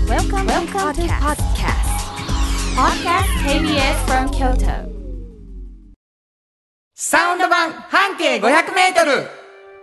Welcome to podcast KBS from Kyoto. サウンド版半径500メートル。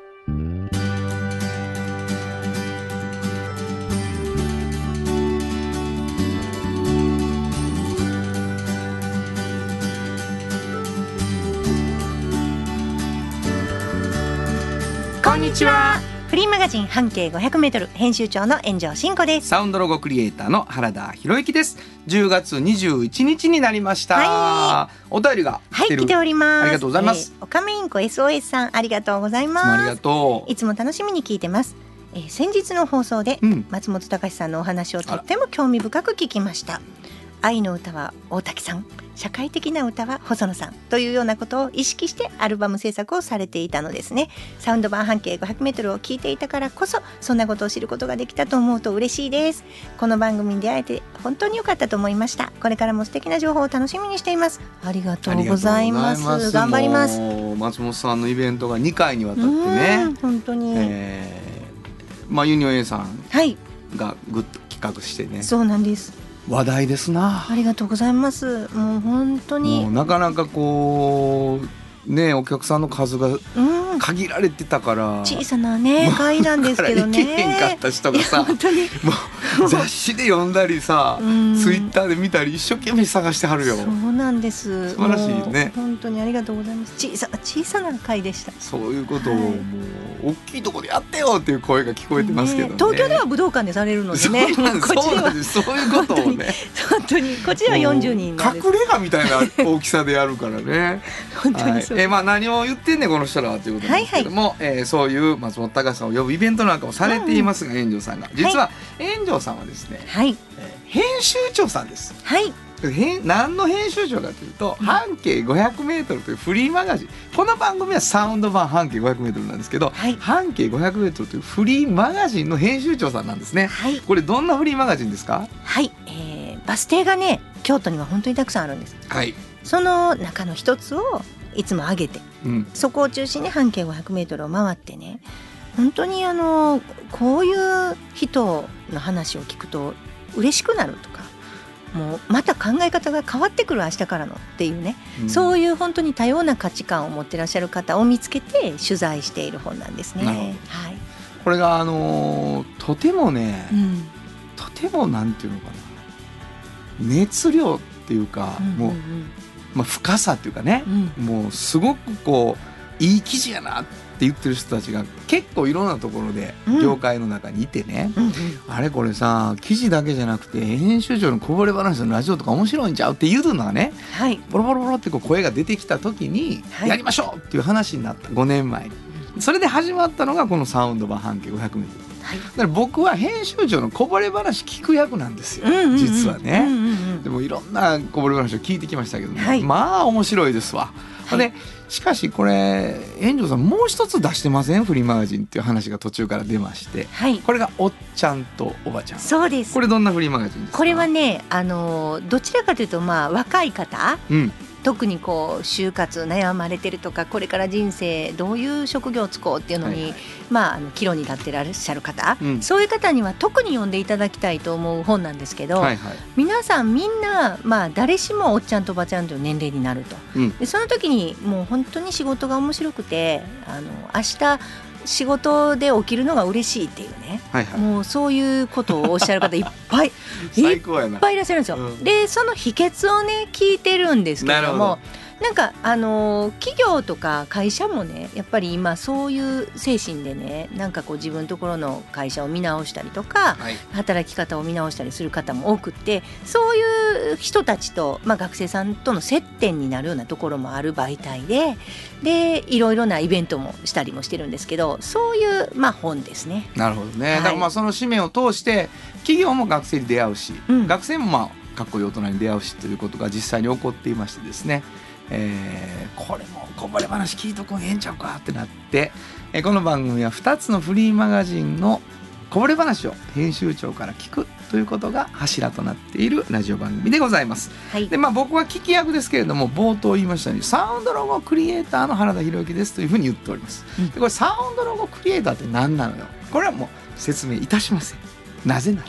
こんにちは。 フリーマガジン半径 500m 編集長の炎上真子です。 サウンドロゴクリエイターの原田博之です。10月21日になりました、 はお便りが来てる、 来ております。 ありがとうございます、 おかめインコ SOS さんありがとうございます。 いつもありがとう。 いつも楽しみに聞いてます。先日の放送で、松本隆さんのお話をとっても興味深く聞きました。愛の歌は大滝さん、社会的な歌は細野さんというようなことを意識してアルバム制作をされていたのですね。サウンド版半径 500m を聞いていたからこそそんなことを知ることができたと思うと嬉しいです。この番組に出会えて本当に良かったと思いました。これからも素敵な情報を楽しみにしています。ありがとうございます。頑張ります。 もう松本さんのイベントが2回にわたってね、 本当に、 ユニオン A さんがグッと企画してね、 そうなんです。 話題ですな。 ありがとうございます。もう本当にもうなかなかこうね、お客さんの数が限られてたから、 小さなね会なんですけどね、 行けへんかった人がさ、 本当にもう雑誌で読んだりさ、ツイッターで見たり一生懸命探してはるよ。 そうなんです。 素晴らしいね。 本当にありがとうございます。小さな会でした。 そういうことをもう大きいところでやってよっていう声が聞こえてますけどね。 東京では武道館でされるのでね。 そうなんです。そういうことをね。 本当にこっちでは40人なんです。 隠れ家みたいな大きさでやるからね。 本当にそう。 何を言ってんねんこの人らはということなんですけども、そういう松本隆さんを呼ぶイベントなんかもされていますが、炎上さんが実は炎上さんはですね、編集長さんです。何の編集長かというと、半径 500m というフリーマガジン、この番組はサウンド版半径 500m なんですけど、半径 500m というフリーマガジンの編集長さんなんですね。これどんなフリーマガジンですか？ バス停がね京都には本当にたくさんあるんです。その中の一つをいつも上げて、そこを中心に半径 500m を回ってね、本当にこういう人の話を聞くと嬉しくなるとか、もうまた考え方が変わってくる明日からのっていうね、そういう本当に多様な価値観を持ってらっしゃる方を見つけて取材している本なんですね。 これがとてもね、とてもなんていうのかな、熱量っていうか、もう深さっていうかね、もうすごくこういい記事やなって言ってる人たちが結構いろんなところで業界の中にいてね、あれこれさ、記事だけじゃなくて編集長のこぼれ話のラジオとか面白いんちゃうっていうのがね、ボロボロボロってこう声が出てきた時にやりましょうっていう話になった。5年前にそれで始まったのがこのサウンド版半径 500m。だから僕は編集長のこぼれ話聞く役なんですよ、実はね。でもいろんなこぼれ話を聞いてきましたけど、まあ面白いですわ。でしかしこれ炎上さんもう一つ出してません？フリーマガジンっていう話が途中から出まして、これがおっちゃんとおばちゃん。 そうです。 これどんなフリーマガジンですか？ これはねどちらかというと若い方、特にこう就活悩まれてるとか、これから人生どういう職業をつこうっていうのに、岐路に立ってらっしゃる方、そういう方には特に読んでいただきたいと思う本なんですけど、皆さんみんな、誰しもおっちゃんとおばちゃんという年齢になると、でその時にもう本当に仕事が面白くて明日仕事で起きるのが嬉しいっていうね、もうそういうことをおっしゃる方いっぱいいっぱいいらっしゃるんですよ。でその秘訣をね聞いてるんですけども、なんか企業とか会社もねやっぱり今そういう精神でね、なんかこう自分のところの会社を見直したりとか、働き方を見直したりする方も多くって、そういう人たちと、学生さんとの接点になるようなところもある媒体でいろいろなイベントもしたりもしてるんですけど、そういう本ですね。 なるほどね。だからその使命を通して企業も学生に出会うし、学生もかっこいい大人に出会うしということが実際に起こっていましてですね、これもこぼれ話聞いとくんええんちゃうかってなって、この番組は2つのフリーマガジンのこぼれ話を編集長から聞くということが柱となっているラジオ番組でございます。で僕は聞き役ですけれども、冒頭言いましたようにサウンドロゴクリエイターの原田博之ですというふうに言っております。でこれサウンドロゴクリエイターって何なのよ、これはもう説明いたしません。なぜなら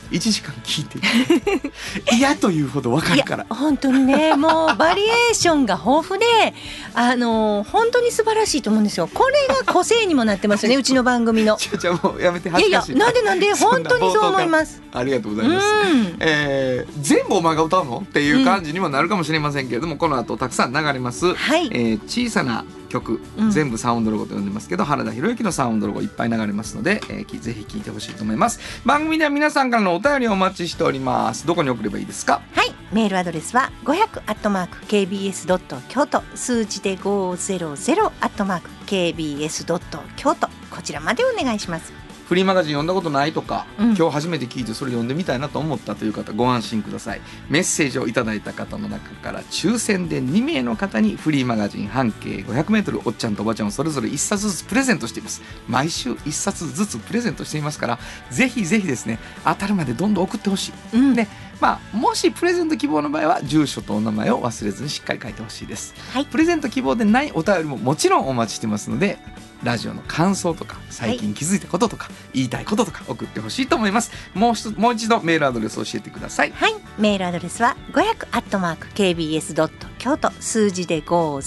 1時間聞いて嫌というほど分かるから。 本当にね、もうバリエーションが豊富で本当に素晴らしいと思うんですよ。これが個性にもなってますよねうちの番組の。 じゃあもうやめて、恥ずかしい。 なんで本当にそう思います。 ありがとうございます、全部お前が歌うのっていう感じにもなるかもしれませんけれども、この後たくさん流れます、小さな曲、全部サウンドロゴと呼んでますけど、原田博之のサウンドロゴいっぱい流れますので、ぜひ聴いてほしいと思います。番組では皆さんからのお便りをお待ちしております。どこに送ればいいですか？ はい、メールアドレスは500@kbs.kyoto、数字で500@kbs.kyoto、こちらまでお願いします。 フリーマガジン読んだことないとか、今日初めて聞いてそれ読んでみたいなと思ったという方、ご安心ください。メッセージをいただいた方の中から抽選で2名の方にフリーマガジン半径 500m おっちゃんとおばちゃんをそれぞれ1冊ずつプレゼントしています。毎週1冊ずつプレゼントしていますから、ぜひぜひですね、当たるまでどんどん送ってほしい、でもしプレゼント希望の場合は住所とお名前を忘れずにしっかり書いてほしいです、プレゼント希望でないお便りももちろんお待ちしてますので、ラジオの感想とか最近気づいたこととか、言いたいこととか送ってほしいと思います。もう一度メールアドレスを教えてください。 はい、メールアドレスは500@kbs.kyoto、数字で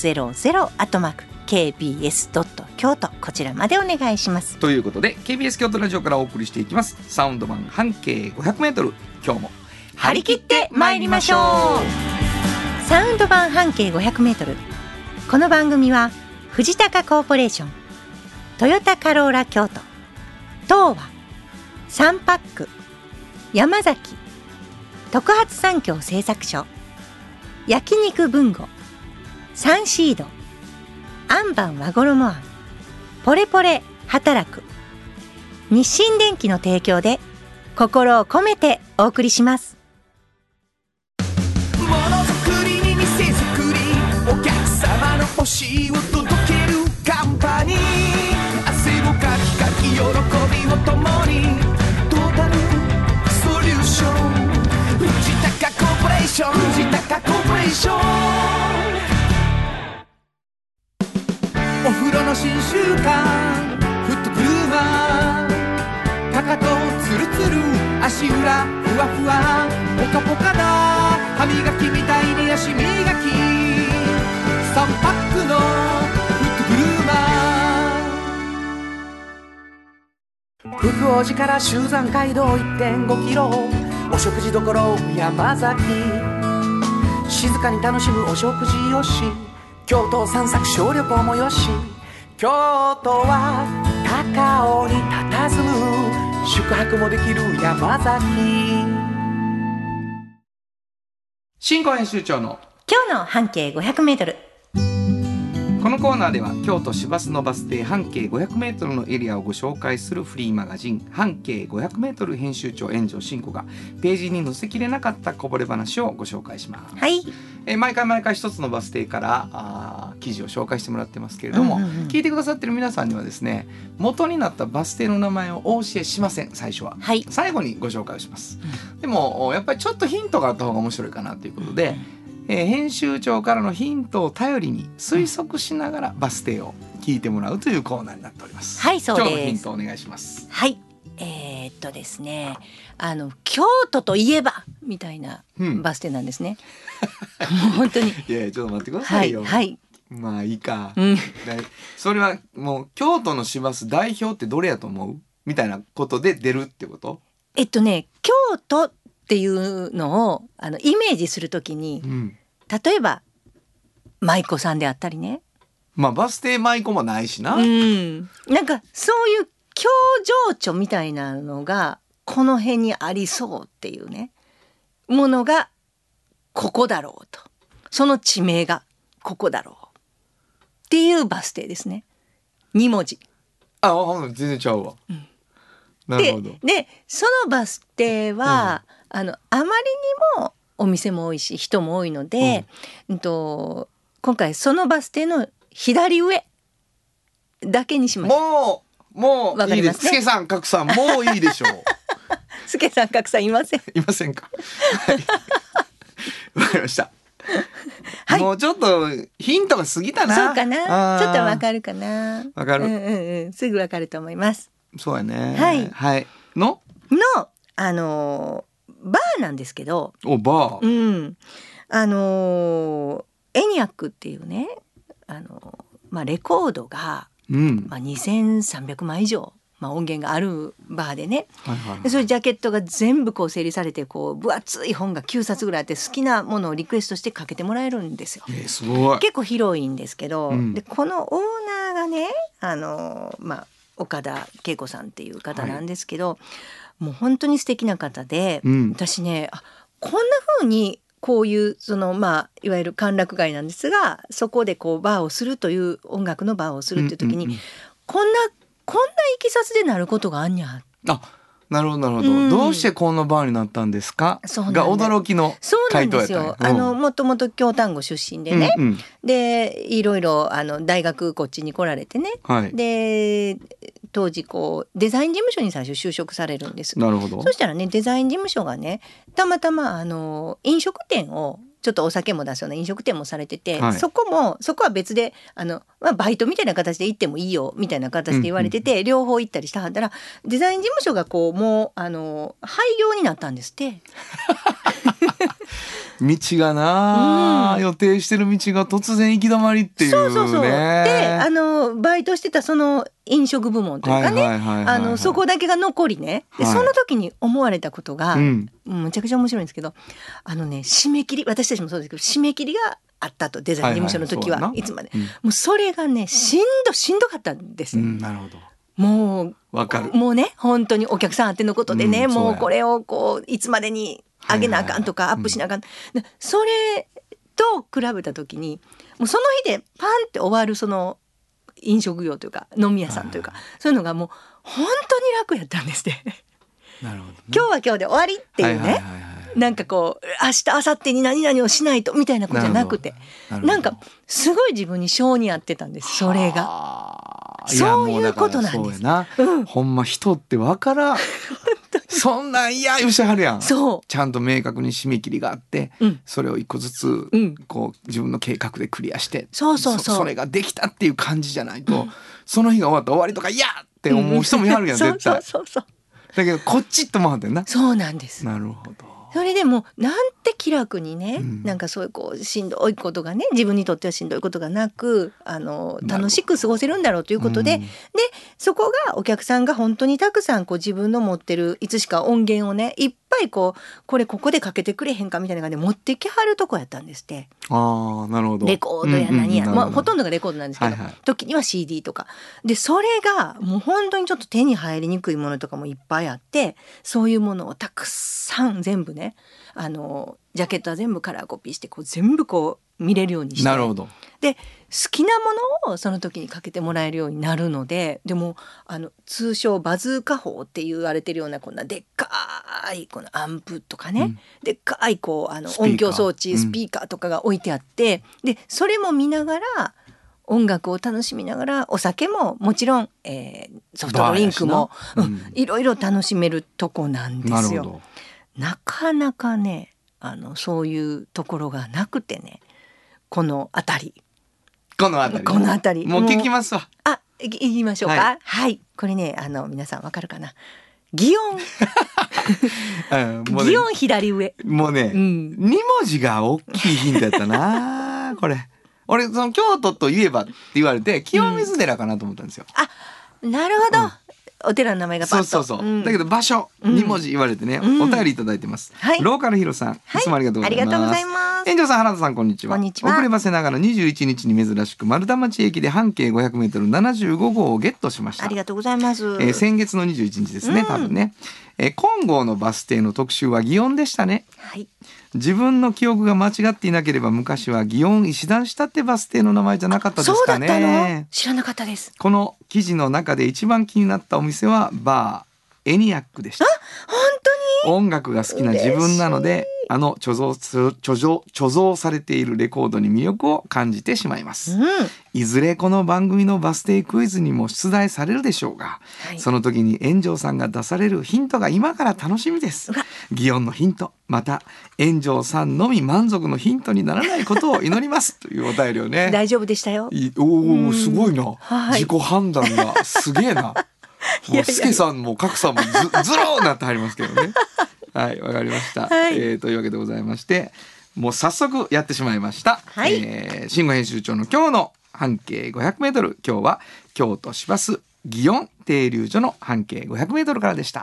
500@kbs.kyoto、こちらまでお願いします。 ということで KBS 京都ラジオからお送りしていきますサウンド版半径 500m、 今日も張り切って参りましょう。サウンド版半径 500m、 この番組は藤高コーポレーション、トヨタカローラ京都、東和、サンパック、山崎、特発産業製作所、焼肉文吾、サンシード、アンバン和衣あん、ポレポレ働く、日清電機の提供で心を込めてお送りします。 ものづくりに店づくり、お客様の欲しいを届けるカンパニー、汗をかきかき喜びを共に、トータルソリューション、藤高コーポレーション、藤高コーポレーション。お風呂の新習慣フットグルーマー、かかとツルツル足裏ふわふわポカポカだ、歯磨きみたいに足磨き、3パックのフットグルーマー。福王寺から集山街道 1.5 キロ、お食事処山崎、静かに楽しむお食事よし、京都散策小旅行もよし、京都は高尾に佇む宿泊もできる山崎。 新婚編集長の今日の半径 500m。 このコーナーでは京都市バスのバス停半径 500m のエリアをご紹介するフリーマガジン半径 500m 編集長炎上真子がページに載せきれなかったこぼれ話をご紹介します。 はい、 毎回一つのバス停から記事を紹介してもらってますけれども、聞いてくださってる皆さんにはですね、元になったバス停の名前をお教えしません。最初は、最後にご紹介をします、でもやっぱりちょっとヒントがあった方が面白いかなということで、編集長からのヒントを頼りに推測しながらバス停を聞いてもらうというコーナーになっております。 はい、そうです。 今日のヒントお願いします。 はい、ですね、京都といえばみたいなバス停なんですね、もう本当に。 いやちょっと待ってくださいよ。 はい、 まあいいか、それはもう京都の市バス代表ってどれやと思うみたいなことで出るってこと？ 京都っていうのをイメージするときに、例えば舞妓さんであったりね、 バス停舞妓もないしな、 なんかそういう居情緒みたいなのがこの辺にありそうっていうね、ものがここだろうと、その地名がここだろうっていうバス停ですね。2文字。 全然ちゃうわ、なるほど。 でそのバス停は、あまりにもお店も多いし人も多いので、今回そのバス停の左上だけにしました。 もういいです。助さん格さんもういいでしょう。 助さん格さんいません。 いませんか。わかりました。もうちょっとヒントが過ぎたな。 そうかな。ちょっとわかるかな。 わかる。 すぐわかると思います。 そうやね。 はい。 のバーなんですけど、 バー、 エニアックっていうね、レコードが、2300枚以上、音源があるバーでね、でそういうジャケットが全部こう整理されて、こう分厚い本が9冊ぐらいあって、好きなものをリクエストしてかけてもらえるんですよ。 すごい。 結構広いんですけど、でこのオーナーがね、岡田恵子さんっていう方なんですけど、もう本当に素敵な方で、私ね、こんな風にこういういわゆる歓楽街なんですが、そこでこうバーをするという、音楽のバーをするっていう時に、こんないきさつでなることがあんにゃ。 なるほどなるほど、どうしてこのバーになったんですかが驚きの回答やったんや。 そうなんですよ。もともと京丹後出身でね、でいろいろ大学こっちに来られてね、で当時こうデザイン事務所に最初就職されるんです。 なるほど。 そしたらね、デザイン事務所がね、たまたま飲食店を、ちょっとお酒も出すような飲食店もされてて、そこは別でバイトみたいな形で行ってもいいよみたいな形で言われてて、両方行ったりしたはったら、デザイン事務所がこうもう廃業になったんですって。 道がな、予定してる道が突然行き止まりっていうね。 そうでバイトしてたその飲食部門というかね、そこだけが残りね、でその時に思われたことが、むちゃくちゃ面白いんですけど、締め切り、私たちもそうですけど、締め切りがあったと、デザイン事務所の時は、いつまで、もうそれがね、しんどかったんですよ。 なるほど。 もうわかる。 もうね、本当にお客さんあってのことでね、もうこれをこういつまでに上げなあかんとか、アップしなあかん、それと比べた時に、もうその日でパンって終わる、その飲食業というか飲み屋さんというか、そういうのがもう本当に楽やったんですって。 なるほど、ね、 今日は今日で終わりっていうね、なんかこう明日明後日に何々をしないとみたいなことじゃなくて、なんかすごい自分に性に合ってたんです。それがそういうことなんです。 ほんま人ってわからんそんなん言うしはるやん。 そう、 ちゃんと明確に締め切りがあって、それを一個ずつこう自分の計画でクリアして、それができたっていう感じじゃないと、その日が終わったら終わりとかって思う人もやるやん、絶対。だけどこっちって思ってんな。そうなんです。なるほど。 それでもなんて気楽にね、なんかそういうこうしんどいことがね、自分にとってはしんどいことがなく、楽しく過ごせるんだろうということで、でそこがお客さんが本当にたくさんこう自分の持ってるいつしか音源をね、いっぱいここでかけてくれへんかみたいな感じで持ってきはるとこやったんですって。 なるほど。 レコードや何や、ほとんどがレコードなんですけど、時には CD とかで、それがもう本当にちょっと手に入りにくいものとかもいっぱいあって、そういうものをたくさん全部ね、ジャケットは全部カラーコピーしてこう全部こう見れるようにして、 なるほど。 で好きなものをその時にかけてもらえるようになるので、でも通称バズーカ砲って言われてるようなこんなでっかいこのアンプとかね、でっかいこう音響装置スピーカーとかが置いてあって、でそれも見ながら音楽を楽しみながら、お酒ももちろん、ソフトドリンクもいろいろ楽しめるとこなんですよ。なかなかねそういうところがなくてね、この辺りもう聞きますわ。 言いましょうか。はい、これね皆さんわかるかな。擬音擬音左上、 もうね、2文字が大きいヒントやったなこれ。俺その京都といえばって言われて清水寺かなと思ったんですよ。 なるほど、お寺の名前がパッと。 そう、だけど場所2文字言われてね、お便りいただいてます。ローカルヒロさん、いつもありがとうございます。園長さん、原田さん、こんにちは。遅ればせながら21日に珍しく丸太町駅で半径 500m75 号をゲットしました。 ありがとうございます。 先月の21日ですね、多分ね。金剛のバス停の特集は祇園でしたね。自分の記憶が間違っていなければ、昔は祇園石段下ってバス停の名前じゃなかったですかね。 そうだったの？知らなかったです。 この記事の中で一番気になったお店はバーエニアックでした。 本当に？ 音楽が好きな自分なので、貯蔵されているレコードに魅力を感じてしまいます。いずれこの番組のバス停クイズにも出題されるでしょうが、その時に炎上さんが出されるヒントが今から楽しみです。祇園のヒント、また炎上さんのみ満足のヒントにならないことを祈りますというお便りをね。 大丈夫でしたよ。 すごいな、自己判断がすげえなもうスケさんも角さんもずろーなって入りますけどね。はい、わかりました、 はい、 というわけでございまして、もう早速やってしまいました、 はい、 慎吾編集長の今日の半径 500m、 今日は京都市バス祇園停留所の半径 500m からでした。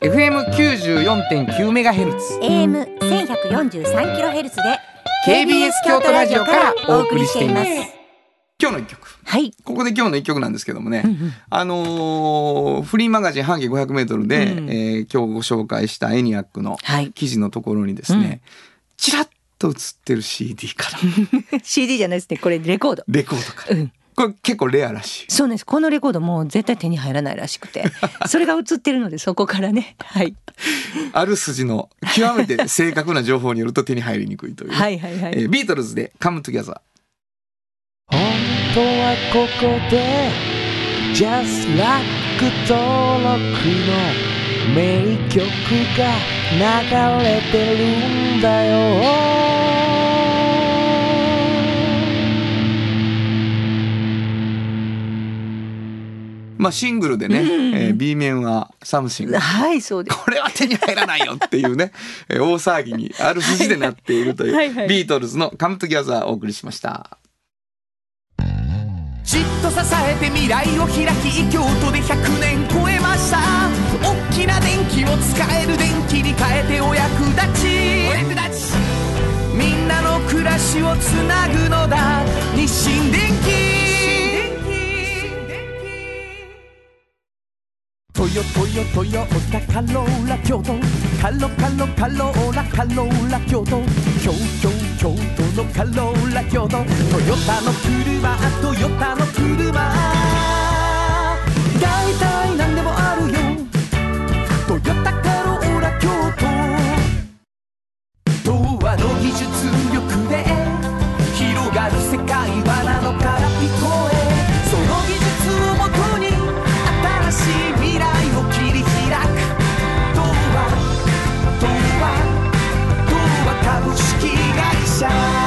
FM94.9MHz、 AM1143kHz で KBS 京都ラジオからお送りしています。今日の一曲、 はい、 ここで今日の一曲なんですけどもね、フリーマガジン半径 500m で、今日ご紹介したエニアックの記事のところにですね、ちらっと映ってる CD から CD じゃないですね、これレコードから、これ結構レアらしい。 そうです。このレコードもう絶対手に入らないらしくてそれが映ってるので、そこからね、はい、 ある筋の極めて正確な情報によると手に入りにくいというはいはい、はい、 ビートルズで Come Together。 本当はここで Just Like 登録の名曲が流れてるんだよ。 まあ、シングルでね、B 面はサムシング、 はい、そうです。 これは手に入らないよっていうね大騒ぎにある筋でなっているというはいはい、 ビートルズの Come Together をお送りしました。 じっと支えて未来を開き、京都で100年超えました。大きな電気を使える電気に変えてお役立ち、みんなの暮らしをつなぐのだ、日清電気。トヨタカローラ京都、カローラ京都、京都のカローラ京都、トヨタの車だいたいなんでもあるよ、トヨタカローラ京都。童話の技術力で広がる世界はなのから聞こえ、その技術をもとに新しい未来を切り開く、童話株式会社。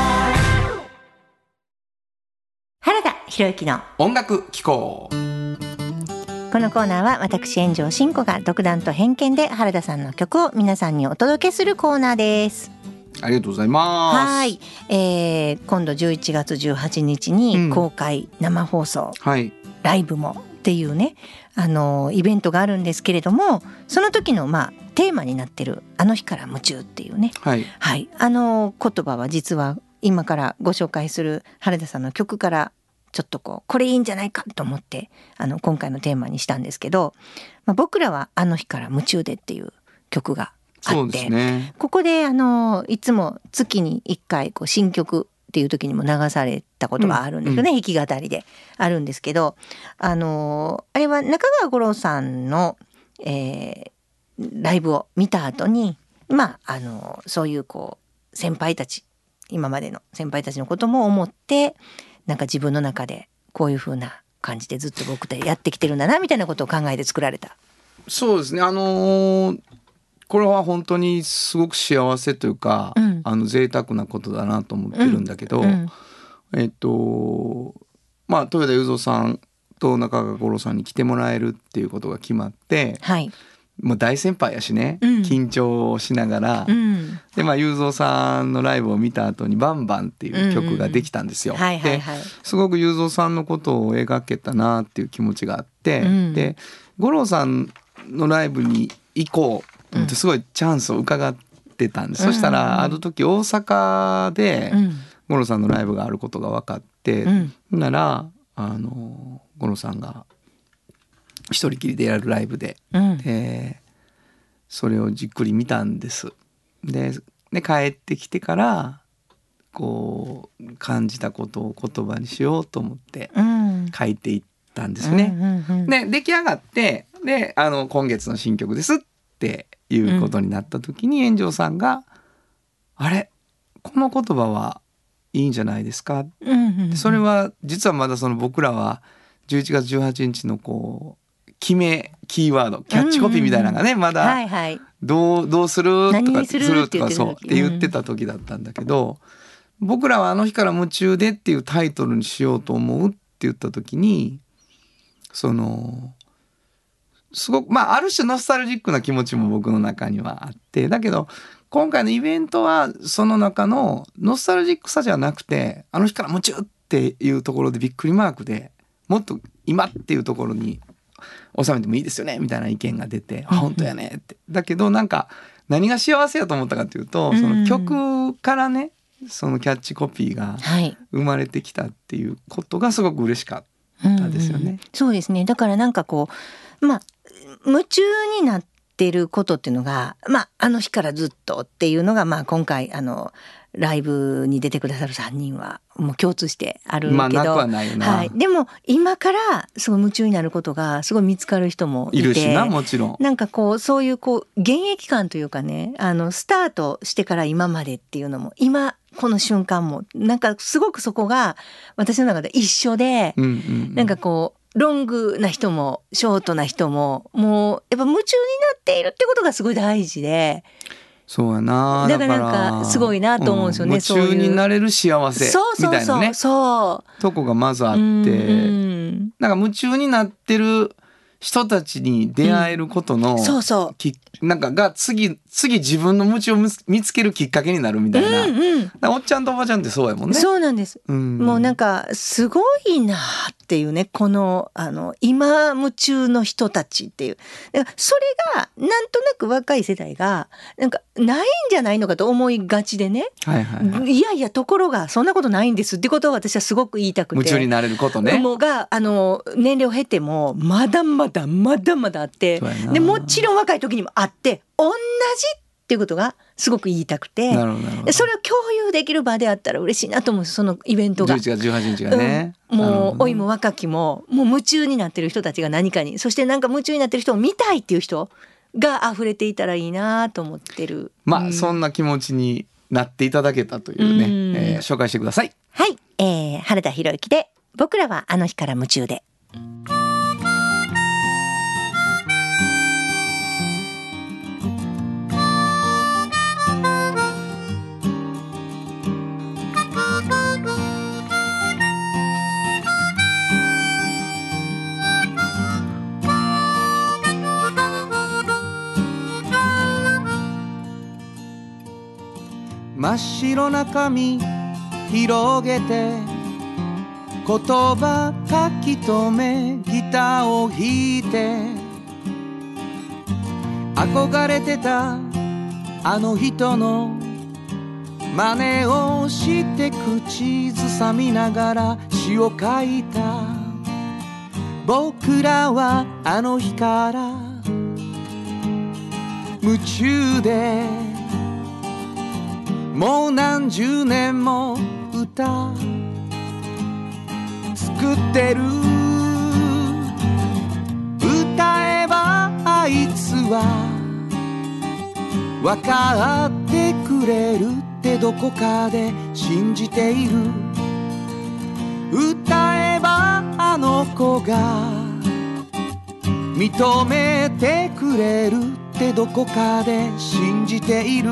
原田博之の音楽機構。 このコーナーは私炎上真子が独断と偏見で原田さんの曲を皆さんにお届けするコーナーです。 ありがとうございます。 はい、今度11月18日に公開生放送、 はい、 ライブもっていうね、イベントがあるんですけれども、その時のテーマになってるあの日から夢中っていうね、 はいはい、言葉は実は今からご紹介する原田さんの曲からちょっとこれいいんじゃないかと思って今回のテーマにしたんですけど、僕らはあの日から夢中でっていう曲があって、 そうですね、 ここでいつも月に1回新曲っていう時にも流されたことがあるんですよね、弾き語りであるんですけど、あれは中川五郎さんの、ライブを見た後にそういう先輩たち、今までの先輩たちのことも思って、なんか自分の中でこういう風な感じでずっと僕でやってきてるんだなみたいなことを考えて作られた。そうですね、 これは本当にすごく幸せというか、贅沢なことだなと思ってるんだけど、豊田雄三さんと中川五郎さんに来てもらえるっていうことが決まって、 はい、 もう大先輩やしね、緊張しながら、で雄三さんのライブを見た後にバンバンっていう曲ができたんですよ。ですごく雄三さんのことを描けたなっていう気持ちがあって、で五郎さんのライブに行こうと思ってすごいチャンスを伺ってたんです、そしたらあの時大阪で五郎さんのライブがあることが分かって、なら五郎さんが一人きりでやるライブで、でそれをじっくり見たんです。で帰ってきてから感じたことを言葉にしようと思って書いていったんですね。で出来上がってで今月の新曲ですっていうことになった時に炎上さんがあれこの言葉はいいんじゃないですか、それは実はまだ僕らは11月18日の決めキーワードキャッチコピーみたいなのがね、まだどうするとかするとかそうって言ってた時だったんだけど、僕らはあの日から夢中でっていうタイトルにしようと思うって言った時にすごくある種ノスタルジックな気持ちも僕の中にはあって、だけど今回のイベントはその中のノスタルジックさじゃなくて、あの日から夢中っていうところでびっくりマークで、もっと今っていうところに収めてもいいですよねみたいな意見が出て、本当やねって。だけど何が幸せやと思ったかというと、その曲からね、そのキャッチコピーが生まれてきたっていうことがすごく嬉しかったですよね。 そうですね。だからこう夢中になってることっていうのが、あの日からずっとっていうのが、今回ライブに出てくださる3人はもう共通してあるけど、 なくはないよな。 でも今からすごい夢中になることがすごい見つかる人もいて、 いるしな、もちろん。 そういう現役感というかね、スタートしてから今までっていうのも、今この瞬間もすごくそこが私の中で一緒で、ロングな人もショートな人ももうやっぱ夢中になっているってことがすごい大事で、 そうやな。 だからすごいなと思うんですよね。 夢中になれる幸せみたいなね、とこがまずあって、夢中になってる人たちに出会えることの、が次自分の夢中を見つけるきっかけになるみたいな、おっちゃんとおばちゃんってそうやもんね。 そうなんです、もうすごいなっていうね、この今夢中の人たちっていう、それがなんとなく若い世代がないんじゃないのかと思いがちでね、いやいやところがそんなことないんですってことを私はすごく言いたくて、 夢中になれることね、 もうが年齢を経てもまだまだあって、でもちろん若い時にもあって同じっていうことがすごく言いたくて、それを共有できる場であったら嬉しいなと思う。そのイベントが 11月18日がね、 もう老いも若きももう夢中になってる人たちが何かに、そして夢中になってる人を見たいっていう人が溢れていたらいいなと思ってる。 そんな気持ちになっていただけたというね、紹介してください。 はい、原田博之で僕らはあの日から夢中で。 真っ白な紙広げて言葉書き留めギターを弾いて憧れてたあの人の真似をして口ずさみながら詩を書いた。僕らはあの日から夢中でもう何十年も歌作ってる。歌えばあいつは分かってくれるってどこかで信じている。歌えばあの子が認めてくれるってどこかで信じている。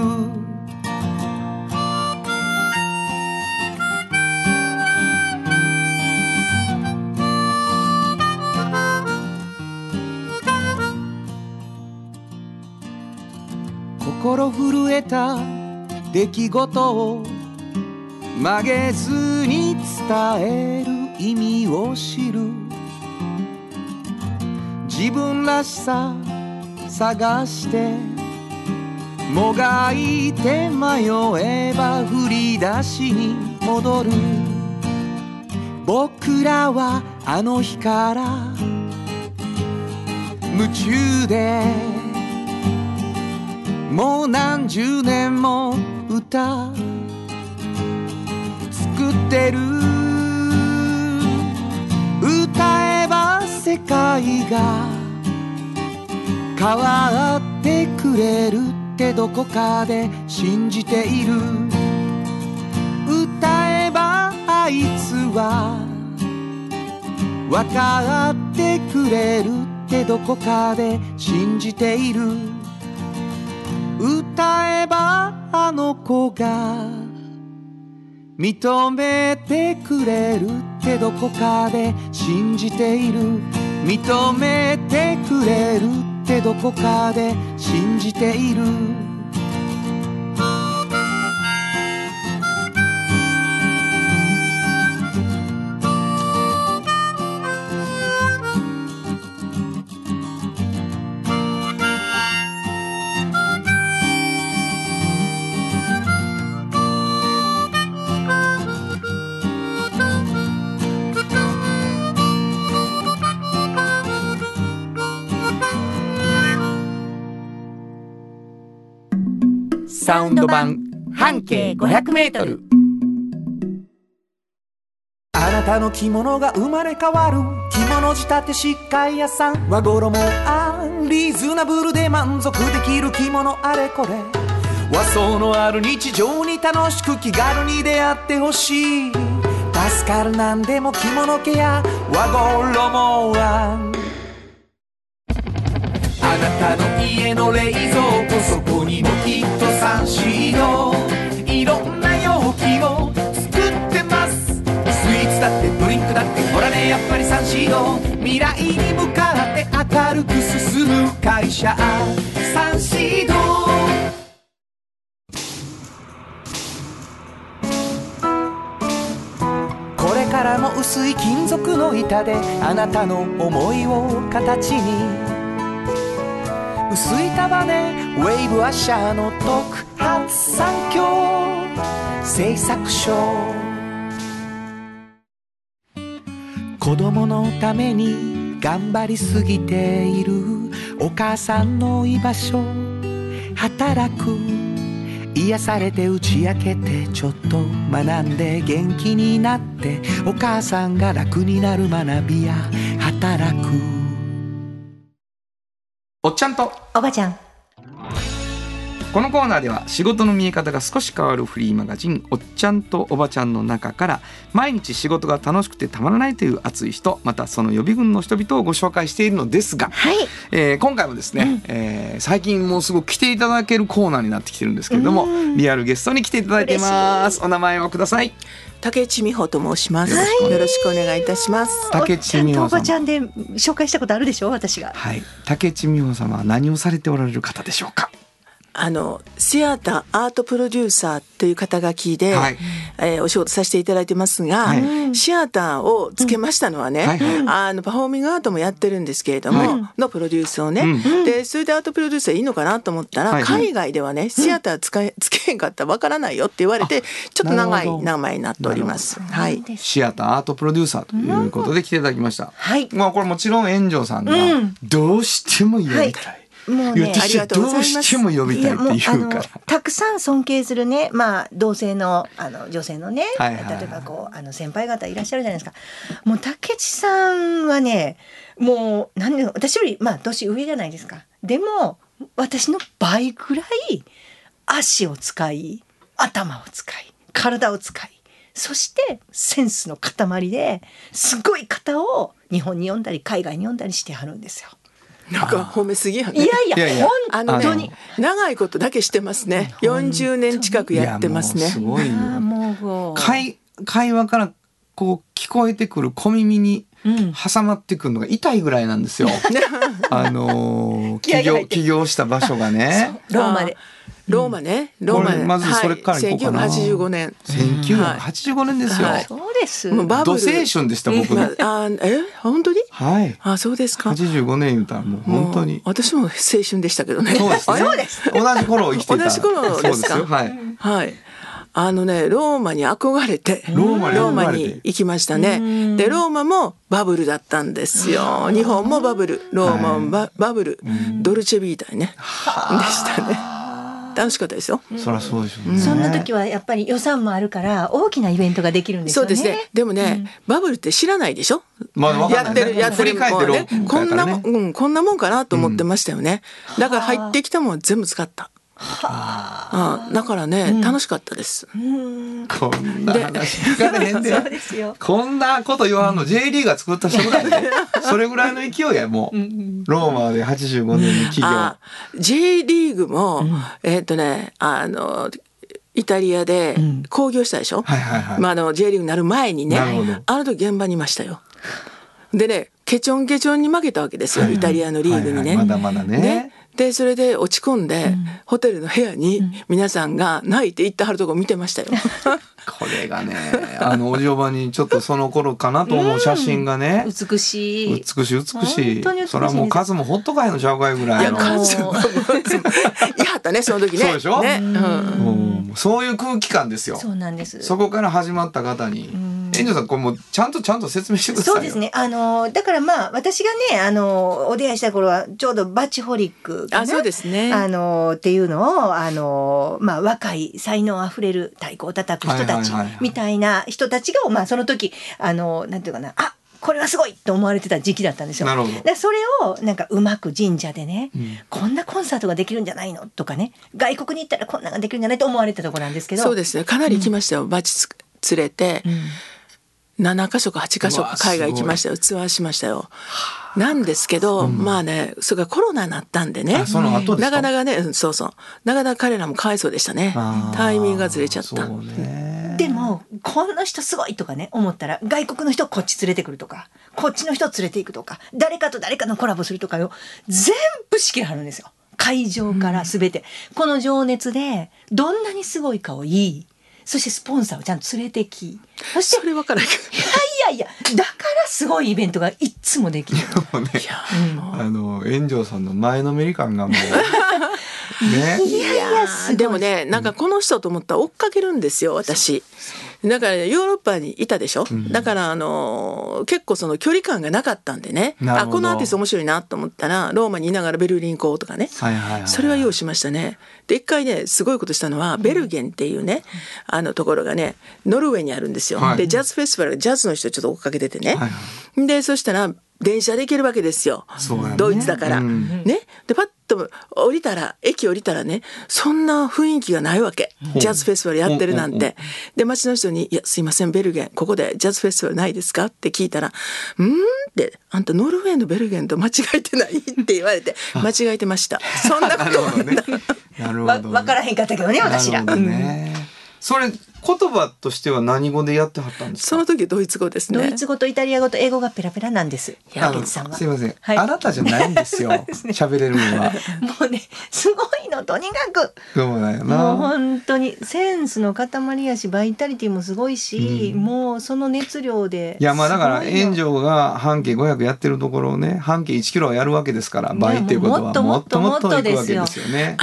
心震えた出来事を曲げずに伝える意味を知る。自分らしさ探してもがいて迷えば振り出しに戻る。僕らはあの日から夢中でもう何十年も歌作ってる。歌えば世界が変わってくれるってどこかで信じている。歌えばあいつは分かってくれるってどこかで信じている。歌えばあの子が認めてくれるってどこかで信じている。認めて触れるってどこかで信じている。 サウンド版半径500メートル。 あなたの着物が生まれ変わる着物仕立て疾患屋さん。和衣リーズナブルで満足できる着物あれこれ。和装のある日常に楽しく気軽に出会ってほしい。助かるなんでも着物ケア和衣はあなたの家の冷蔵庫、そこにもきっとサンシード。いろんな容器を作ってます。スイーツだってドリンクだってほらね、やっぱりサンシード。未来に向かって明るく進む会社サンシード。これからも薄い金属の板であなたの思いを形に。薄い束ねウェーブアッシャーの特発産業製作所。子供のために頑張りすぎているお母さんの居場所。働く癒されて打ち明けてちょっと学んで元気になってお母さんが楽になる学びや働く。 おっちゃんとおばちゃん。 このコーナーでは仕事の見え方が少し変わるフリーマガジンおっちゃんとおばちゃんの中から毎日仕事が楽しくてたまらないという熱い人、またその予備軍の人々をご紹介しているのですが、 はい、 今回もですね、最近もうすごく来ていただけるコーナーになってきてるんですけれども、リアルゲストに来ていただいています。お名前をください。 竹内美穂と申します、 はい、 よろしくお願いいたします。 竹内美穂様、 おばちゃんで紹介したことあるでしょ私が。 はい、竹内美穂様は何をされておられる方でしょうか。 シアターアートプロデューサーという肩書きで、はい、お仕事させていただいてますが、はい、シアターをつけましたのはね、はいはい、パフォーミングアートもやってるんですけれども、はい、のプロデュースをね、でそれでアートプロデューサーいいのかなと思ったら、はいはい、海外ではねシアターつけへんかったらわからないよって言われて、ちょっと長い名前になっております、はい、 シアターアートプロデューサーということで来ていただきました、 はい、 まあ、これもちろん炎上さんがどうしてもやりたい、はい、 もうね、 どうしても呼びたいって言うから、 たくさん尊敬するね、まあ、同性の女性のね、 はいはいはい、 例えばこう先輩方いらっしゃるじゃないですか。もう竹内さんはね、もうなんで私よりまあ年上じゃないですか。でも私の倍ぐらい足を使い、頭を使い、体を使い、そしてセンスの塊ですごい方を日本に呼んだり海外に呼んだりしてはるんですよ。 なんか褒めすぎやね。 いやいや本当に長いことだけしてますね。40年近くやってますね。 いやもうすごいよ。 もう会話からこう聞こえてくる小耳に挟まってくるのが痛いぐらいなんですよ。起業した場所がね。 ローマね。 まずそれから行こうかな。 はい、1985年。 1985年ですよ。 はい、そうです。 もうバブル。 土青春でした僕の。 本当に？ はい。 あ、そうですか。 85年言うたらもう本当に。 私も青春でしたけどね。 そうですね。 そうです。 同じ頃生きてた。 同じ頃ですか。 そうですよ。はい。 はい。ローマに憧れてローマに行きましたね。でローマもバブルだったんですよ。日本もバブル、ローマもバブル、ドルチェビータねでしたね。楽しかったですよ。 そりゃそうでしょうね。 そんな時はやっぱり予算もあるから大きなイベントができるんですよね。 そうですね。でもね、バブルって知らないでしょ。 まあ、 やってるもんね。こんなもんかなと思ってましたよね。だから入ってきたもん全部使った。だからね、楽しかったです。 こんな話聞かれへんで。 そうですよ。 こんなこと言わんの J リーが作った人ぐらいで、それぐらいの勢いやもう。ローマで85年に起業。 J リーグもイタリアで興行したでしょ。 はいはいはい。 J リーグになる前にね、あの時現場にいましたよ。 でねケチョンケチョンに負けたわけですよ、イタリアのリーグにね、 まだまだね。 でそれで落ち込んで、ホテルの部屋に皆さんが泣いて行ってはるとこ見てましたよ。 これがねお嬢場にちょっとその頃かなと思う写真がね、 美しい本当に美しい。それはもう数もほっとかいのちゃうかいぐらいの。 いや数もいはったねその時ね。 そうでしょ、ね、そういう空気感ですよ。 そうなんです。 そこから始まった方に園長さんこれもうちゃんと説明してくださいよ。 そうですね。だからまあ私がねお出会いした頃はちょうどバチホリックかな、 そうですね、 っていうのをまあ若い才能あふれる太鼓を叩く人たちみたいな人たちが、まあその時なんていうかな、これはすごいと思われてた時期だったんですよ。 なるほど。 でそれをなんかうまく神社でね、こんなコンサートができるんじゃないのとかね、外国に行ったらこんなのができるんじゃないと思われてたところなんですけど。 そうですね、かなり行きましたよ、バチ連れて、7カ所か8カ所か海外行きましたよ、ツアーしましたよ。なんですけど、まあねそれがコロナになったんでね、 その後ですか。 なかなかね、なかなか彼らもかわいそうでしたね。タイミングがずれちゃった。 でもこの人すごいとかね思ったら外国の人こっち連れてくるとか、こっちの人連れていくとか、誰かと誰かのコラボするとかを全部仕切らはるんですよ。会場から全て、この情熱でどんなにすごいかを言い、そしてスポンサーをちゃんと連れてき、そしてそれ分からないけいやだからすごいイベントがいつもできる。 園長さんの前のめり感がもうね、 いやでもねなんかこの人と思ったら追っかけるんですよ私。だからヨーロッパにいたでしょ、だから結構その距離感がなかったんでね、このアーティスト面白いなと思ったらローマにいながらベルリン行こうとかね、それは用意しましたね。で一回ねすごいことしたのは、ベルゲンっていうねところがねノルウェーにあるんですよ、でジャズフェスティバルがジャズの人ちょっと追っかけててね、でそしたら電車で行けるわけですよ、ドイツだから、ね。でパッと駅降りたらねそんな雰囲気がないわけ、ジャズフェスティバルやってるなんて。で街の人にいやすいませんベルゲンここでジャズフェスティバルないですかって聞いたらってあんたノルウェーのベルゲンと間違えてないって言われて間違えてました。そんなことは分からへんかったけどね私ら。 それ言葉としては何語でやってはったんですか。 その時ドイツ語ですね。 ドイツ語とイタリア語と英語がペラペラなんです。 すいません、あなたじゃないんですよ喋れるのは。 もうねすごいのとにかく。 そうだよな。 もう本当にセンスの塊やしバイタリティもすごいし、もうその熱量で。 いやまあだから園長が半径500やってるところをね半径1キロはやるわけですから、倍っていうことはもっともっといくわけですよね。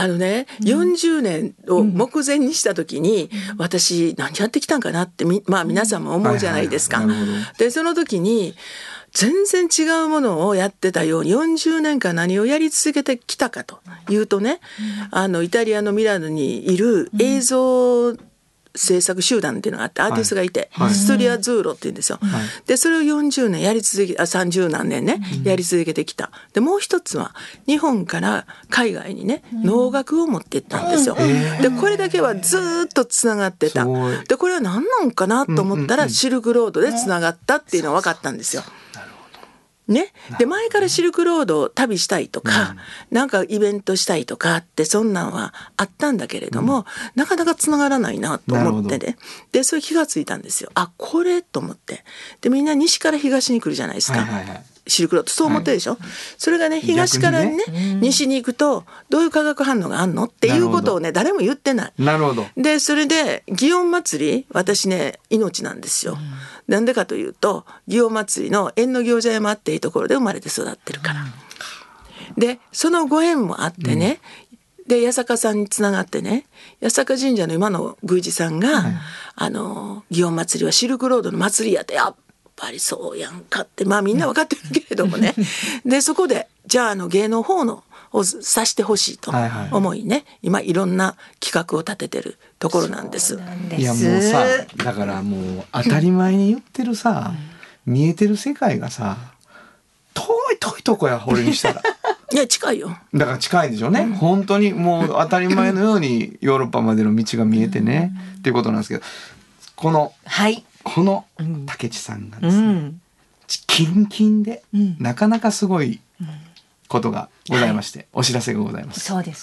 40年を目前にした時に、私何やってきたんかなって皆さんも思うじゃないですか。でその時に全然違うものをやってたように40年間何をやり続けてきたかというとね、イタリアのミラノにいる映像制作集団っていうのがあってアーティストがいて、ストリアズーロっていうんですよ、でそれを40年やり続け30何年ね、やり続けてきた。でもう一つは日本から海外にね、能楽を持っていったんですよ、でこれだけはずっとつながってた。でこれは何なんかなと思ったら、シルクロードでつながったっていうのが分かったんですよ。ね、で前からシルクロードを旅したいとか、なんかイベントしたいとかってそんなんはあったんだけれども、なかなかつながらないなと思ってね。でそれ気がついたんですよ。これと思って。でみんな西から東に来るじゃないですか、シルクロードそう思ってるでしょ、それがね東からね西に行くとどういう化学反応があんのっていうことをね誰も言ってない。 なるほど。 でそれで祇園祭私ね命なんですよ、なんでかというと祇園祭の縁の行者山っていうところで生まれて育ってるから、でそのご縁もあってね、で八坂さんにつながってね、八坂神社の今の宮司さんが、祇園祭はシルクロードの祭りやってやっぱりそうやんかってみんな分かってるけれどもねでそこでじゃあ芸能法のをさしてほしいと思いね、今いろんな企画を立ててるところなんです。 いやもうさだからもう当たり前に言ってるさ、見えてる世界がさ遠いとこや俺にしたらいや近いよ。 だから近いでしょうね、本当にもう当たり前のようにヨーロッパまでの道が見えてね、っていうことなんですけど、この武智さんがですね、キンキンで、なかなかすごいことがございまして、お知らせがございます。 そうです。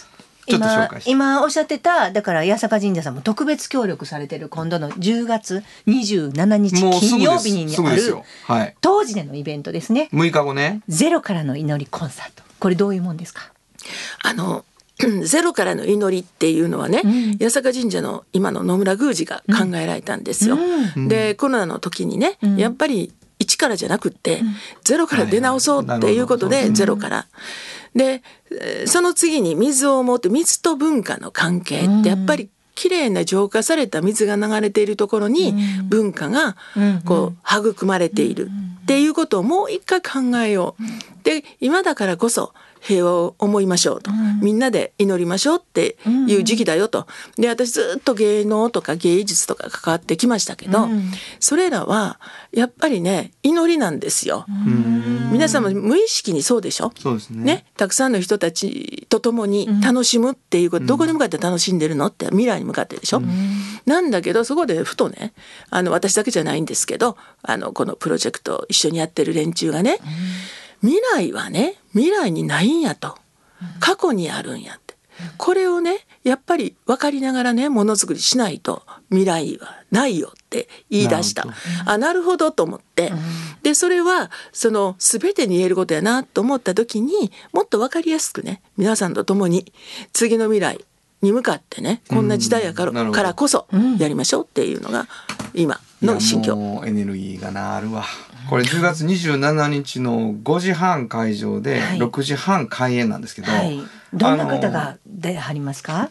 ちょっと紹介して。 今おっしゃってただから八坂神社さんも特別協力されてる今度の10月27日金曜日にある当時でのイベントですね。 6日後ね。 ゼロからの祈りコンサート。これどういうもんですか？ ゼロからの祈りっていうのはね、八坂神社の今の野村宮司が考えられたんですよ。でコロナの時にね、やっぱり一からじゃなくって、ゼロから出直そうっていうことで、ゼロからでその次に水を思って、水と文化の関係ってやっぱりきれいな浄化された水が流れているところに文化がこう育まれているっていうことをもう一回考えよう。で今だからこそ平和を思いましょうと、みんなで祈りましょうっていう時期だよと。で私ずっと芸能とか芸術とか関わってきましたけど、それらはやっぱりね祈りなんですよ。皆さんも無意識にそうでしょ。 そうですね。 たくさんの人たちと共に楽しむっていうこと、どこに向かって楽しんでるのって未来に向かってでしょ。なんだけどそこでふとね、私だけじゃないんですけど、このプロジェクトを一緒にやってる連中がね、未来はね未来にないんやと、過去にあるんやって、これをねやっぱり分かりながらねものづくりしないと未来はないよって言い出した。なるほどと思って、でそれはその全てに言えることやなと思った時に、もっと分かりやすくね皆さんと共に次の未来に向かってね、こんな時代やからこそやりましょうっていうのが今の心境。 もうエネルギーがなあるわ。これ10月27日の5時半会場で6時半開演なんですけど、 どんな方が出はりますか？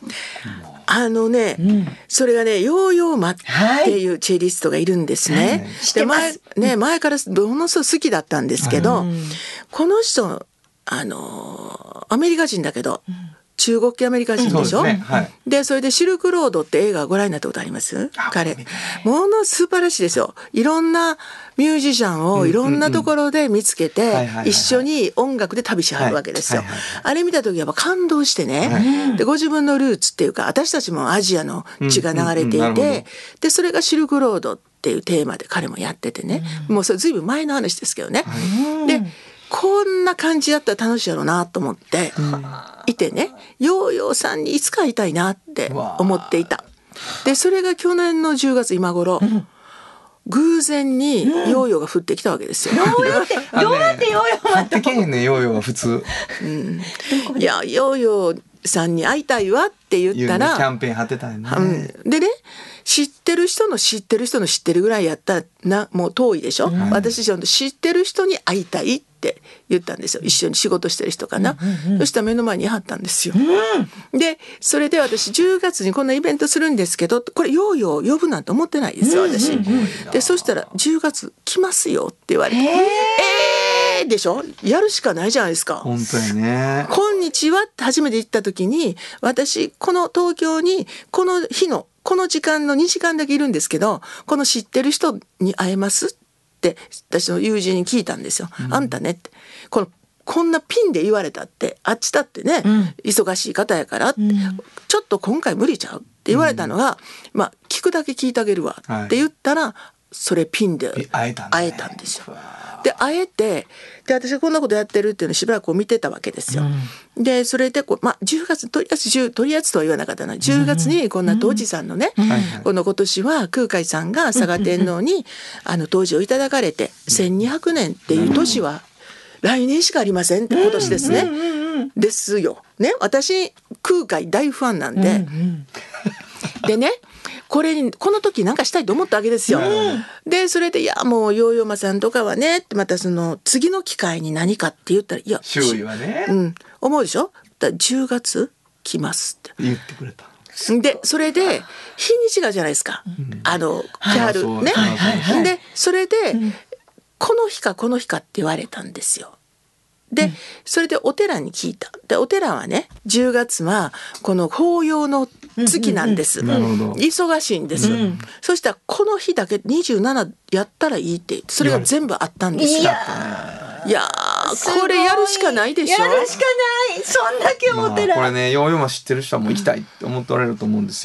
それがねヨーヨーマっていうチェリストがいるんですね。で前からものすごく好きだったんですけど、この人アメリカ人だけど、中国系アメリカ人でしょ。でそれでシルクロードって映画ご覧になったことあります？彼もの素晴らしいですよ。いろんなミュージシャンをいろんなところで見つけて一緒に音楽で旅しはるわけですよ。あれ見た時やっぱ感動してね、でご自分のルーツっていうか、私たちもアジアの血が流れていて、でそれがシルクロードっていうテーマで彼もやっててね、もうそれずいぶん前の話ですけどね。でこんな感じだったら楽しいやろうなと思っていてね、ヨーヨーさんにいつか会いたいなって思っていた。でそれが去年の10月今頃、偶然にヨーヨーが降ってきたわけですよ。 どうやってヨーヨー降ってけへんね、ヨーヨーが普通。 いやヨーヨーさんに会いたいわって言ったら、 キャンペーン張ってたよね。 でね、知ってる人の知ってる人の知ってるぐらいやったらもう遠いでしょ。私知ってる人に会いたいって言ったんですよ。一緒に仕事してる人かな。そしたら目の前にいはったんですよ。でそれで私10月にこんなイベントするんですけど、これヨーヨー呼ぶなんて思ってないですよ私。でそしたら10月来ますよって言われて、でしょ。やるしかないじゃないですか。 本当やね。 こんにちはって初めて言った時に、私この東京にこの日のこの時間の2時間だけいるんですけど、この知ってる人に会えますって私の友人に聞いたんですよ。あんたねって、こんなピンで言われたって、あっちだってね、忙しい方やからって、ちょっと今回無理ちゃうって言われたのが、聞くだけ聞いてあげるわって言ったら、それピンで会えたんですよ。で会えて、で私がこんなことやってるっていうのをしばらく見てたわけですよ。でそれで10月とりあえずとは言わなかったな、10月にこんな当時さんのね、この今年は空海さんが嵯峨天皇に当時をいただかれて1200年っていう年は来年しかありませんって今年ですね。ですよね。私空海大ファンなんで、でねこの時なんかしたいと思ったわけですよ。でそれでもうヨーヨーマさんとかはねって、またその次の機会に何かって言ったら、 周囲はね、 思うでしょ。だ10月来ますって言ってくれた。 でそれで日にちがじゃないですか、来はるね。でそれでこの日かこの日かって言われたんですよ。でそれでお寺に聞いた。でお寺はね10月はこの法要の月なんです、忙しいんです、そしたらこの日だけ27やったらいいって、それが全部あったんですよ。いやこれやるしかないでしょ。 やるしかない。そんだけお寺、 これねヨーヨーマ知ってる人はもう行きたいって思っておられると思うんですよ。 、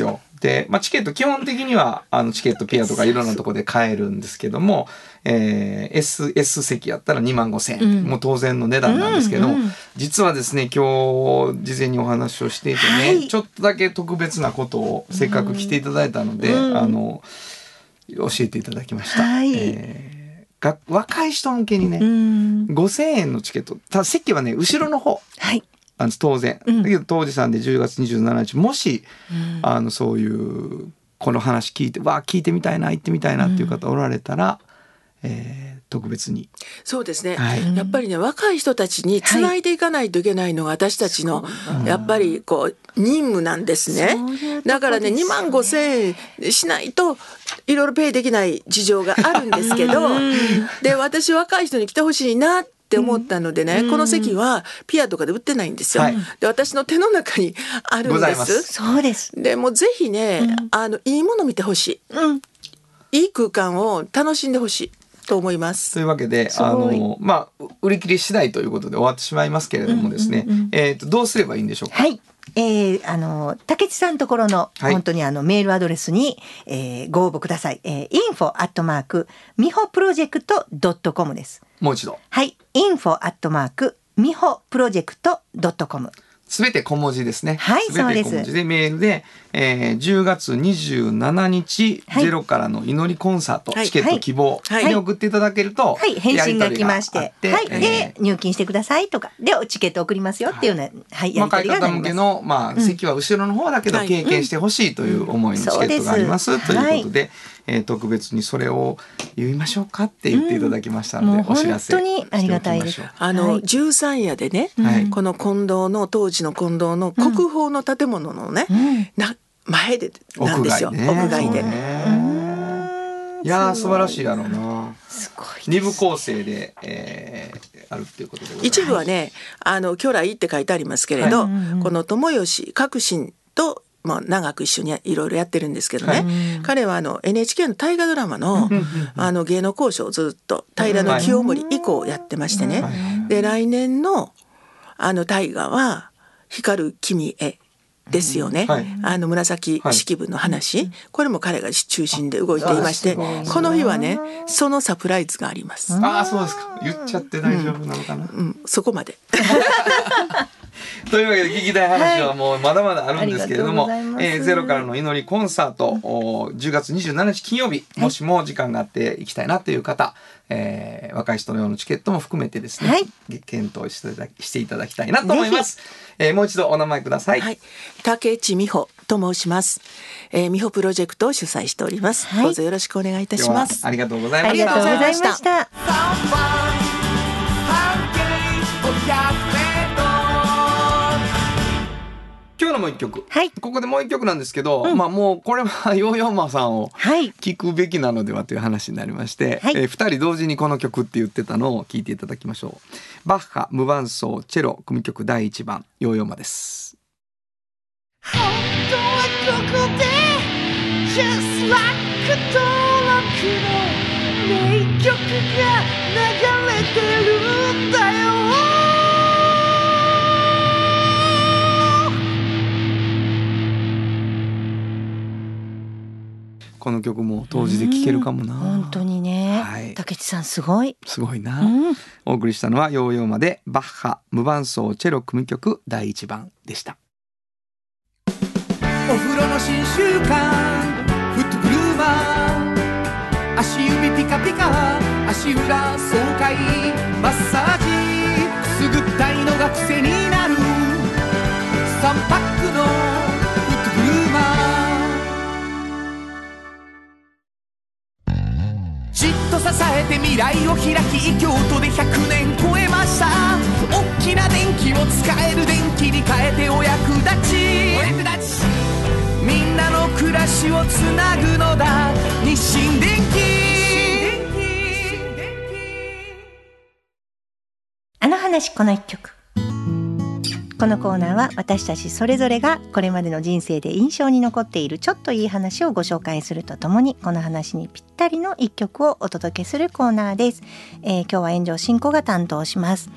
チケット基本的にはチケットピアとかいろんなところで買えるんですけども、S 席やったら25,000円、もう当然の値段なんですけども、実はですね今日事前にお話をしていてね、ちょっとだけ特別なことをせっかく来ていただいたので、教えていただきました。若い人向けにね、5,000円のチケット、ただ席はね後ろの方、当然、だけど当時さんで10月27日もし、そういうこの話聞いてみたいな、行ってみたいなっていう方おられたら、特別に。 そうですね、やっぱりね若い人たちにつないでいかないといけないのが私たちのやっぱりこう任務なんですね。だからね25,000円しないといろいろペイできない事情があるんですけどで私若い人に来てほしいなって思ったのでね、この席はピアとかで売ってないんですよ、で私の手の中にあるんです。 そうです。でもうぜひね、いいもの見てほしい、いい空間を楽しんでほしいと思います。 というわけで売り切り次第ということで終わってしまいますけれどもですね、どうすればいいんでしょうか。 竹地さんのところの本当にメールアドレスに、ご応募ください。info@mihoproject.com です。 もう一度。 info@mihoproject.com。 すべて小文字ですね。 そうです。 小文字でメールで、10月27日、ゼロからの祈りコンサート、チケット希望で送っていただけると、 返信が来まして、で入金してくださいとかでチケット送りますよっていうような、やり取りがなります。若い方向けの、 席は後ろの方だけど経験してほしいという思いのチケットがありますということで、特別にそれを言いましょうかって言っていただきましたので、お知らせしておきましょう。 本当にありがたいです。 十三夜でね、この近藤の当時の近藤の国宝の建物のね、前でなんですよ、屋外で。 いや素晴らしいやろうな。二部構成で、あるっていうことでございます。 一部はね巨来って書いてありますけれど、この友吉革新と長く一緒にいろいろやってるんですけどね、彼はNHK の大河ドラマの芸能交渉をずっと平清盛以降やってましてね、で来年の大河は光る君へですよね、紫式部の話、これも彼が中心で動いていまして、この日はねそのサプライズがあります。 そうですか。言っちゃって大丈夫なのかな。 そこまでというわけで聞きたい話はもうまだまだあるんですけれども、ゼロからの祈りコンサート、10月27日金曜日、もしも時間があって行きたいなという方、若い人の用のチケットも含めてですね、検討していただきたいなと思います。もう一度お名前ください。 竹地美穂と申します。美穂プロジェクトを主催しております。どうぞよろしくお願いいたします。 ありがとうございました。 ありがとうございました。 今日のもう一曲、ここでもう一曲なんですけど、もうこれはヨーヨーマさんを聞くべきなのではという話になりまして、2人同時にこの曲って言ってたのを聞いていただきましょう。バッハ無伴奏チェロ組曲第1番ヨーヨーマです。 本当はここで Just Like 登録の名曲が流れてるんだよ。 この曲も当時で聴けるかもな。 本当にね、竹内さんすごいな、お送りしたのはヨーヨーマでバッハ無伴奏チェロ組曲第1番でした。 お風呂の新習慣フットグルーマー、足指ピカピカ足裏爽快マッサージくすぐったいのが癖になる3パックのフットグルーマー、じっと支えて未来を開き京都で100年超えました。大きな電気を使える電気に変えてお役立ち、みんなの暮らしをつなぐのだ日清電気。 あの話この一曲。このコーナーは私たちそれぞれがこれまでの人生で印象に残っているちょっといい話をご紹介するとともに、この話にぴったりの一曲をお届けするコーナーです。今日は炎上進行が担当します。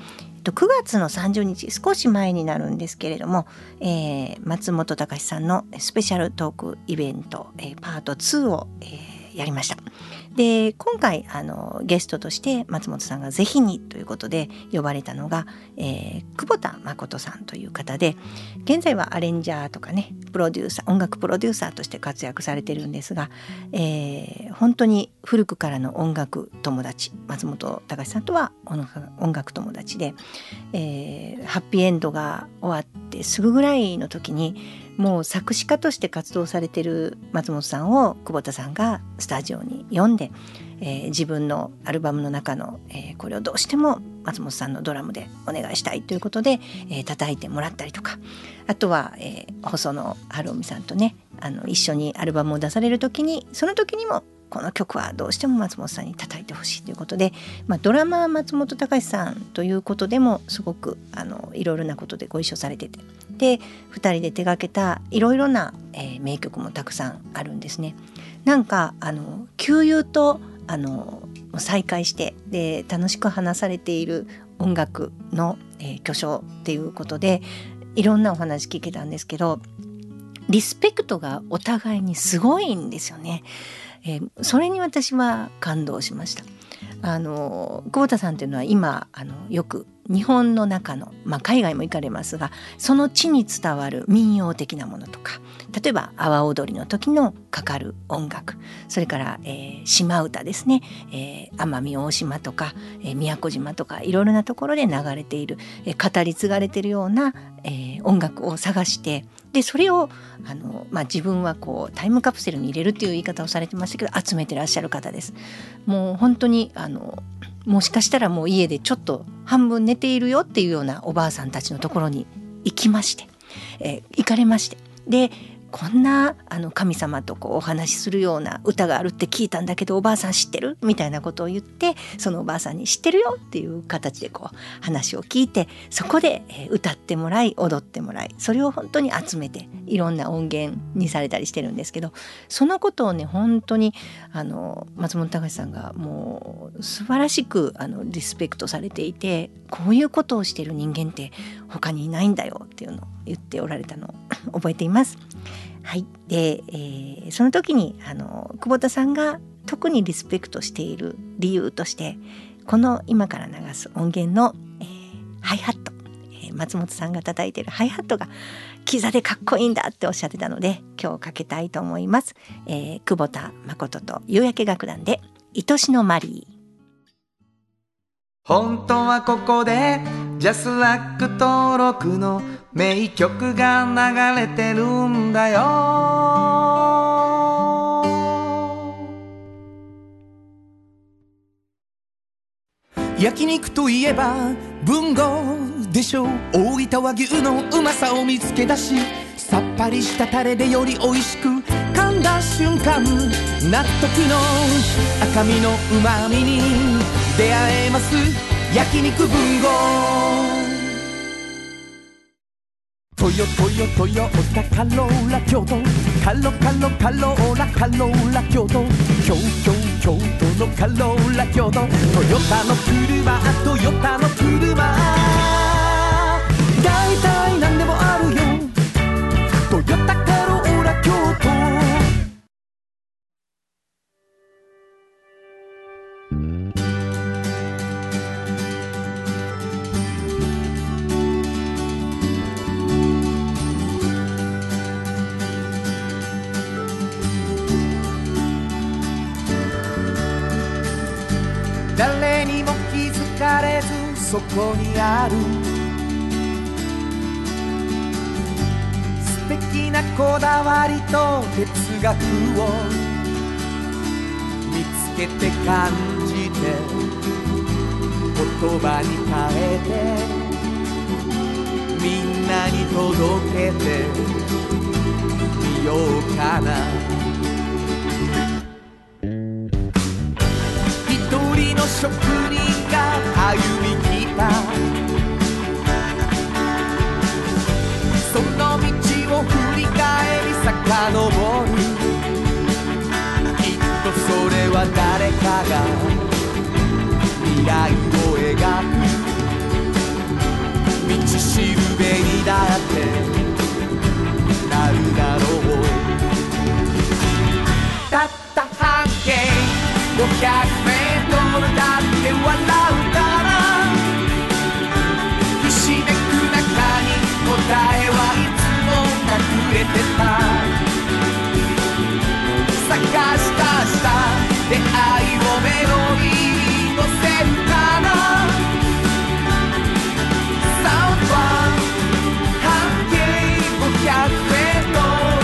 9月の30日少し前になるんですけれども、松本隆さんのスペシャルトークイベント、パート2を、やりました。で今回ゲストとして松本さんがぜひにということで呼ばれたのが、久保田誠さんという方で、現在はアレンジャーとかねプロデューサー、音楽プロデューサーとして活躍されてるんですが、本当に古くからの音楽友達、松本隆さんとは音楽友達で、ハッピーエンドが終わってすぐぐらいの時にもう作詞家として活動されている松本さんを久保田さんがスタジオに呼んで、自分のアルバムの中の、これをどうしても松本さんのドラムでお願いしたいということで、叩いてもらったりとか、あとは、細野晴臣さんとね一緒にアルバムを出される時に、その時にもこの曲はどうしても松本さんに叩いてほしいということで、ドラマー松本隆さんということでもすごくいろいろなことでご一緒されてて、で2人で手がけたいろいろな、名曲もたくさんあるんですね。なんか旧友と再会してで楽しく話されている音楽の、巨匠っていうことでいろんなお話聞けたんですけど、リスペクトがお互いにすごいんですよね。それに私は感動しました。久保田さんっていうのは今よく日本の中の、海外も行かれますが、その地に伝わる民謡的なものとか、例えば阿波踊りの時のかかる音楽、それから、島唄ですね、奄美大島とか、宮古島とかいろいろなところで流れている、語り継がれているような、音楽を探して、でそれを自分はこうタイムカプセルに入れるっていう言い方をされてましたけど、集めてらっしゃる方です。もう本当にもしかしたらもう家でちょっと半分寝ているよっていうようなおばあさんたちのところに行きまして、行かれまして、でこんな神様とこうお話しするような歌があるって聞いたんだけどおばあさん知ってるみたいなことを言って、そのおばあさんに知ってるよっていう形でこう話を聞いて、そこで歌ってもらい踊ってもらい、それを本当に集めていろんな音源にされたりしてるんですけど、そのことをね本当に松本隆さんがもう素晴らしくリスペクトされていて、こういうことをしている人間って他にいないんだよっていうのを言っておられたのを覚えています。はい。で、その時に久保田さんが特にリスペクトしている理由として、この今から流す音源の、ハイハット、松本さんが叩いているハイハットがキザでかっこいいんだっておっしゃってたので、今日かけたいと思います。久保田誠と夕焼け楽団で愛しのマリー。 本当はここでジャスラック登録の名曲が流れてるんだよ。焼肉といえば文豪でしょう。大分和牛のうまさを見つけ出し、さっぱりしたタレでより美味しく噛んだ瞬間、納得の赤身のうまみに出会えます。焼肉文豪。トヨタカローラ京都、カローラ京都、京都のカローラ京都、トヨタの車大体何でもあるよ、トヨタカローラ京都。誰にも気づかれずそこにある素敵なこだわりと哲学を見つけて感じて言葉に変えてみんなに届けてみようかな。職人が歩み来たその道を振り返り遡る、きっとそれは誰かが未来を描く。 しるべにだってなるだろう。たった半径500メートルだって笑うからひしめく中に答えはいつも隠れてた。探し出した出会いをメロディーに乗せるかな。サウンドは半径500メートル。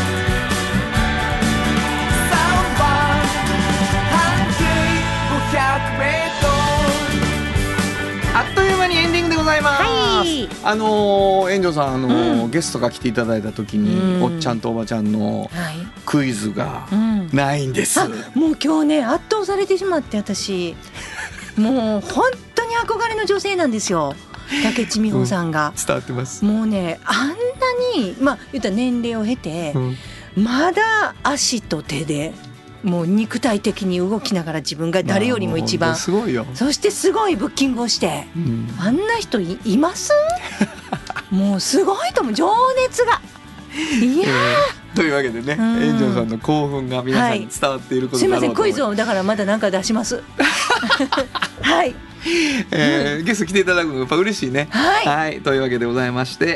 サウンドは半径500メートル。 あっという間にエンディングでございます。 はい、 園長さんゲストが来ていただいた時に、おっちゃんとおばちゃんのクイズがないんです、 もう今日ね圧倒されてしまって、私もう本当に憧れの女性なんですよ、竹内美穂さんが、 伝わってます。 もうねあんなに言ったら年齢を経て、まだ足と手でもう肉体的に動きながら自分が誰よりも一番、 すごいよ。 そしてすごいブッキングをして、あんな人 いますもうすごいと思う、情熱が。いやというわけでね、園長さんの興奮が皆さんに伝わっていることだろうと思います。すいません、 クイズをだからまだ何か出しますはい、 ゲスト来ていただくのがやっぱ嬉しいね。 はい、 というわけでございまして、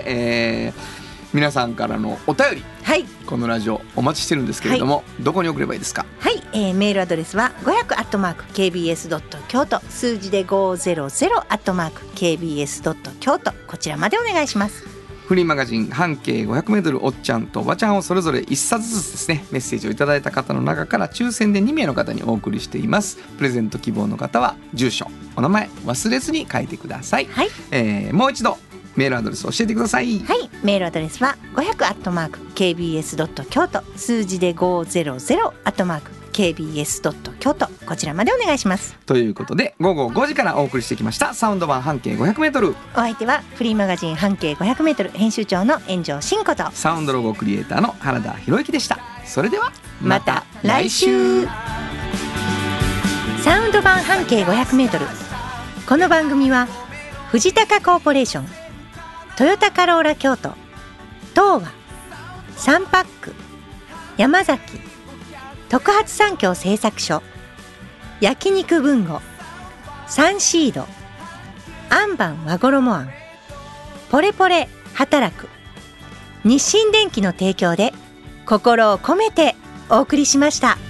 皆さんからのお便り、このラジオお待ちしてるんですけれども、どこに送ればいいですか？ はい、メールアドレスは500@kbs.京都、数字で500@kbs.京都、こちらまでお願いします。 フリーマガジン半径 500m おっちゃんとおばちゃんをそれぞれ1冊ずつですね、メッセージをいただいた方の中から抽選で2名の方にお送りしています。プレゼント希望の方は住所お名前忘れずに書いてください。もう一度メールアドレス教えてください。 はい、メールアドレスは500@kbs.京都、数字で500@kbs.京都、こちらまでお願いします。 ということで午後5時からお送りしてきましたサウンド版半径 500m。 お相手はフリーマガジン半径 500m 編集長の円城真子とサウンドロゴクリエイターの原田博之でした。それではまた来週。サウンド版半径 500m、 この番組は藤高コーポレーション、トヨタカローラ京都、東和、サンパック、山崎、特発産業製作所、焼肉文吾、サンシード、アンバン和衣あん、ポレポレ働く、日清電機の提供で心を込めてお送りしました。